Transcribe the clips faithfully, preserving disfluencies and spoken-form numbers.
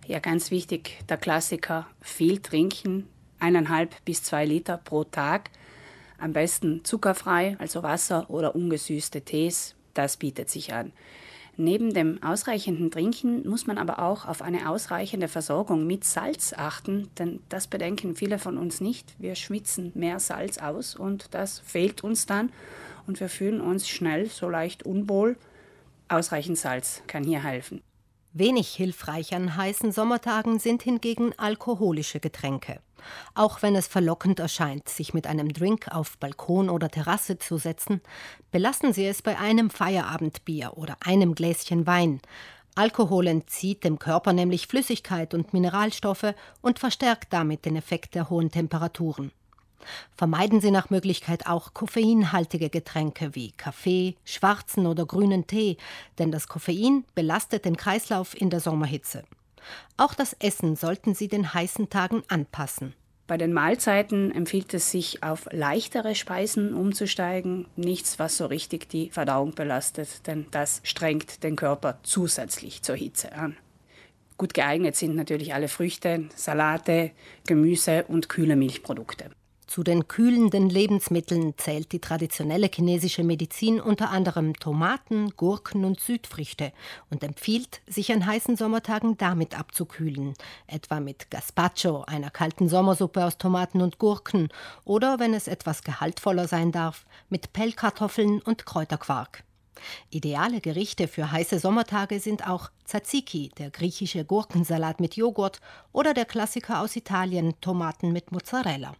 Ja, ganz wichtig, der Klassiker, viel trinken, eineinhalb bis zwei Liter pro Tag. Am besten zuckerfrei, also Wasser oder ungesüßte Tees, das bietet sich an. Neben dem ausreichenden Trinken muss man aber auch auf eine ausreichende Versorgung mit Salz achten, denn das bedenken viele von uns nicht. Wir schwitzen mehr Salz aus und das fehlt uns dann und wir fühlen uns schnell so leicht unwohl. Ausreichend Salz kann hier helfen. Wenig hilfreich an heißen Sommertagen sind hingegen alkoholische Getränke. Auch wenn es verlockend erscheint, sich mit einem Drink auf Balkon oder Terrasse zu setzen, belassen Sie es bei einem Feierabendbier oder einem Gläschen Wein. Alkohol entzieht dem Körper nämlich Flüssigkeit und Mineralstoffe und verstärkt damit den Effekt der hohen Temperaturen. Vermeiden Sie nach Möglichkeit auch koffeinhaltige Getränke wie Kaffee, schwarzen oder grünen Tee, denn das Koffein belastet den Kreislauf in der Sommerhitze. Auch das Essen sollten Sie den heißen Tagen anpassen. Bei den Mahlzeiten empfiehlt es sich, auf leichtere Speisen umzusteigen. Nichts, was so richtig die Verdauung belastet, denn das strengt den Körper zusätzlich zur Hitze an. Gut geeignet sind natürlich alle Früchte, Salate, Gemüse und kühle Milchprodukte. Zu den kühlenden Lebensmitteln zählt die traditionelle chinesische Medizin unter anderem Tomaten, Gurken und Südfrüchte und empfiehlt, sich an heißen Sommertagen damit abzukühlen, etwa mit Gazpacho, einer kalten Sommersuppe aus Tomaten und Gurken oder, wenn es etwas gehaltvoller sein darf, mit Pellkartoffeln und Kräuterquark. Ideale Gerichte für heiße Sommertage sind auch Tzatziki, der griechische Gurkensalat mit Joghurt, oder der Klassiker aus Italien, Tomaten mit Mozzarella.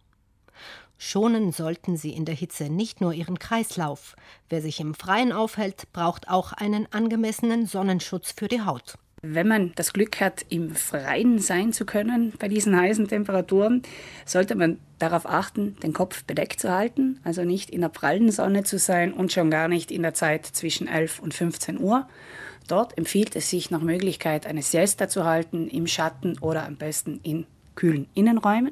Schonen sollten Sie in der Hitze nicht nur Ihren Kreislauf. Wer sich im Freien aufhält, braucht auch einen angemessenen Sonnenschutz für die Haut. Wenn man das Glück hat, im Freien sein zu können bei diesen heißen Temperaturen, sollte man darauf achten, den Kopf bedeckt zu halten, also nicht in der prallen Sonne zu sein und schon gar nicht in der Zeit zwischen elf und fünfzehn Uhr. Dort empfiehlt es sich nach Möglichkeit, eine Siesta zu halten, im Schatten oder am besten in kühlen Innenräumen.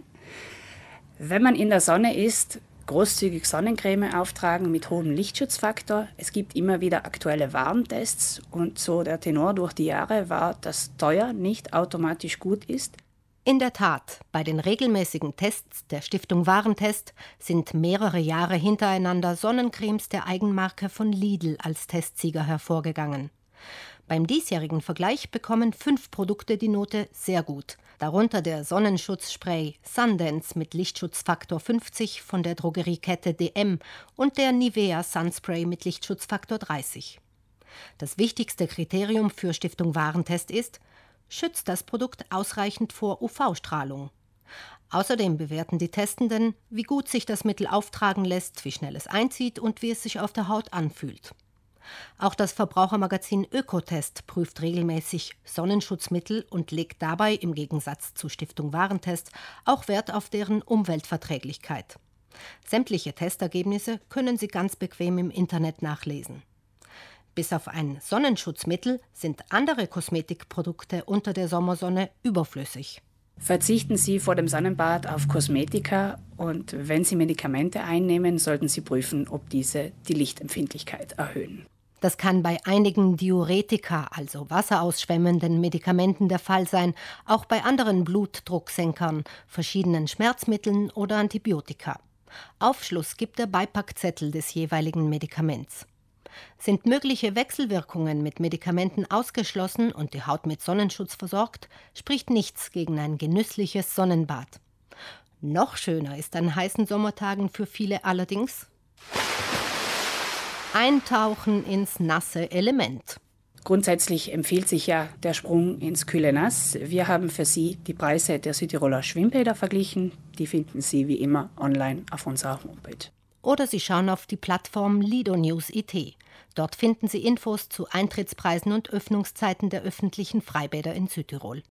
Wenn man in der Sonne ist, großzügig Sonnencreme auftragen mit hohem Lichtschutzfaktor. Es gibt immer wieder aktuelle Warntests und so der Tenor durch die Jahre war, dass teuer nicht automatisch gut ist. In der Tat, bei den regelmäßigen Tests der Stiftung Warentest sind mehrere Jahre hintereinander Sonnencremes der Eigenmarke von Lidl als Testsieger hervorgegangen. Beim diesjährigen Vergleich bekommen fünf Produkte die Note sehr gut, darunter der Sonnenschutzspray Sundance mit Lichtschutzfaktor fünfzig von der Drogeriekette D M und der Nivea Sunspray mit Lichtschutzfaktor dreißig. Das wichtigste Kriterium für Stiftung Warentest ist, schützt das Produkt ausreichend vor U V-Strahlung. Außerdem bewerten die Testenden, wie gut sich das Mittel auftragen lässt, wie schnell es einzieht und wie es sich auf der Haut anfühlt. Auch das Verbrauchermagazin Ökotest prüft regelmäßig Sonnenschutzmittel und legt dabei im Gegensatz zu Stiftung Warentest auch Wert auf deren Umweltverträglichkeit. Sämtliche Testergebnisse können Sie ganz bequem im Internet nachlesen. Bis auf ein Sonnenschutzmittel sind andere Kosmetikprodukte unter der Sommersonne überflüssig. Verzichten Sie vor dem Sonnenbad auf Kosmetika und wenn Sie Medikamente einnehmen, sollten Sie prüfen, ob diese die Lichtempfindlichkeit erhöhen. Das kann bei einigen Diuretika, also wasserausschwemmenden Medikamenten der Fall sein, auch bei anderen Blutdrucksenkern, verschiedenen Schmerzmitteln oder Antibiotika. Aufschluss gibt der Beipackzettel des jeweiligen Medikaments. Sind mögliche Wechselwirkungen mit Medikamenten ausgeschlossen und die Haut mit Sonnenschutz versorgt, spricht nichts gegen ein genüssliches Sonnenbad. Noch schöner ist an heißen Sommertagen für viele allerdings Eintauchen ins nasse Element. Grundsätzlich empfiehlt sich ja der Sprung ins kühle Nass. Wir haben für Sie die Preise der Südtiroler Schwimmbäder verglichen. Die finden Sie wie immer online auf unserer Homepage. Oder Sie schauen auf die Plattform Lido News punkt I T. Dort finden Sie Infos zu Eintrittspreisen und Öffnungszeiten der öffentlichen Freibäder in Südtirol.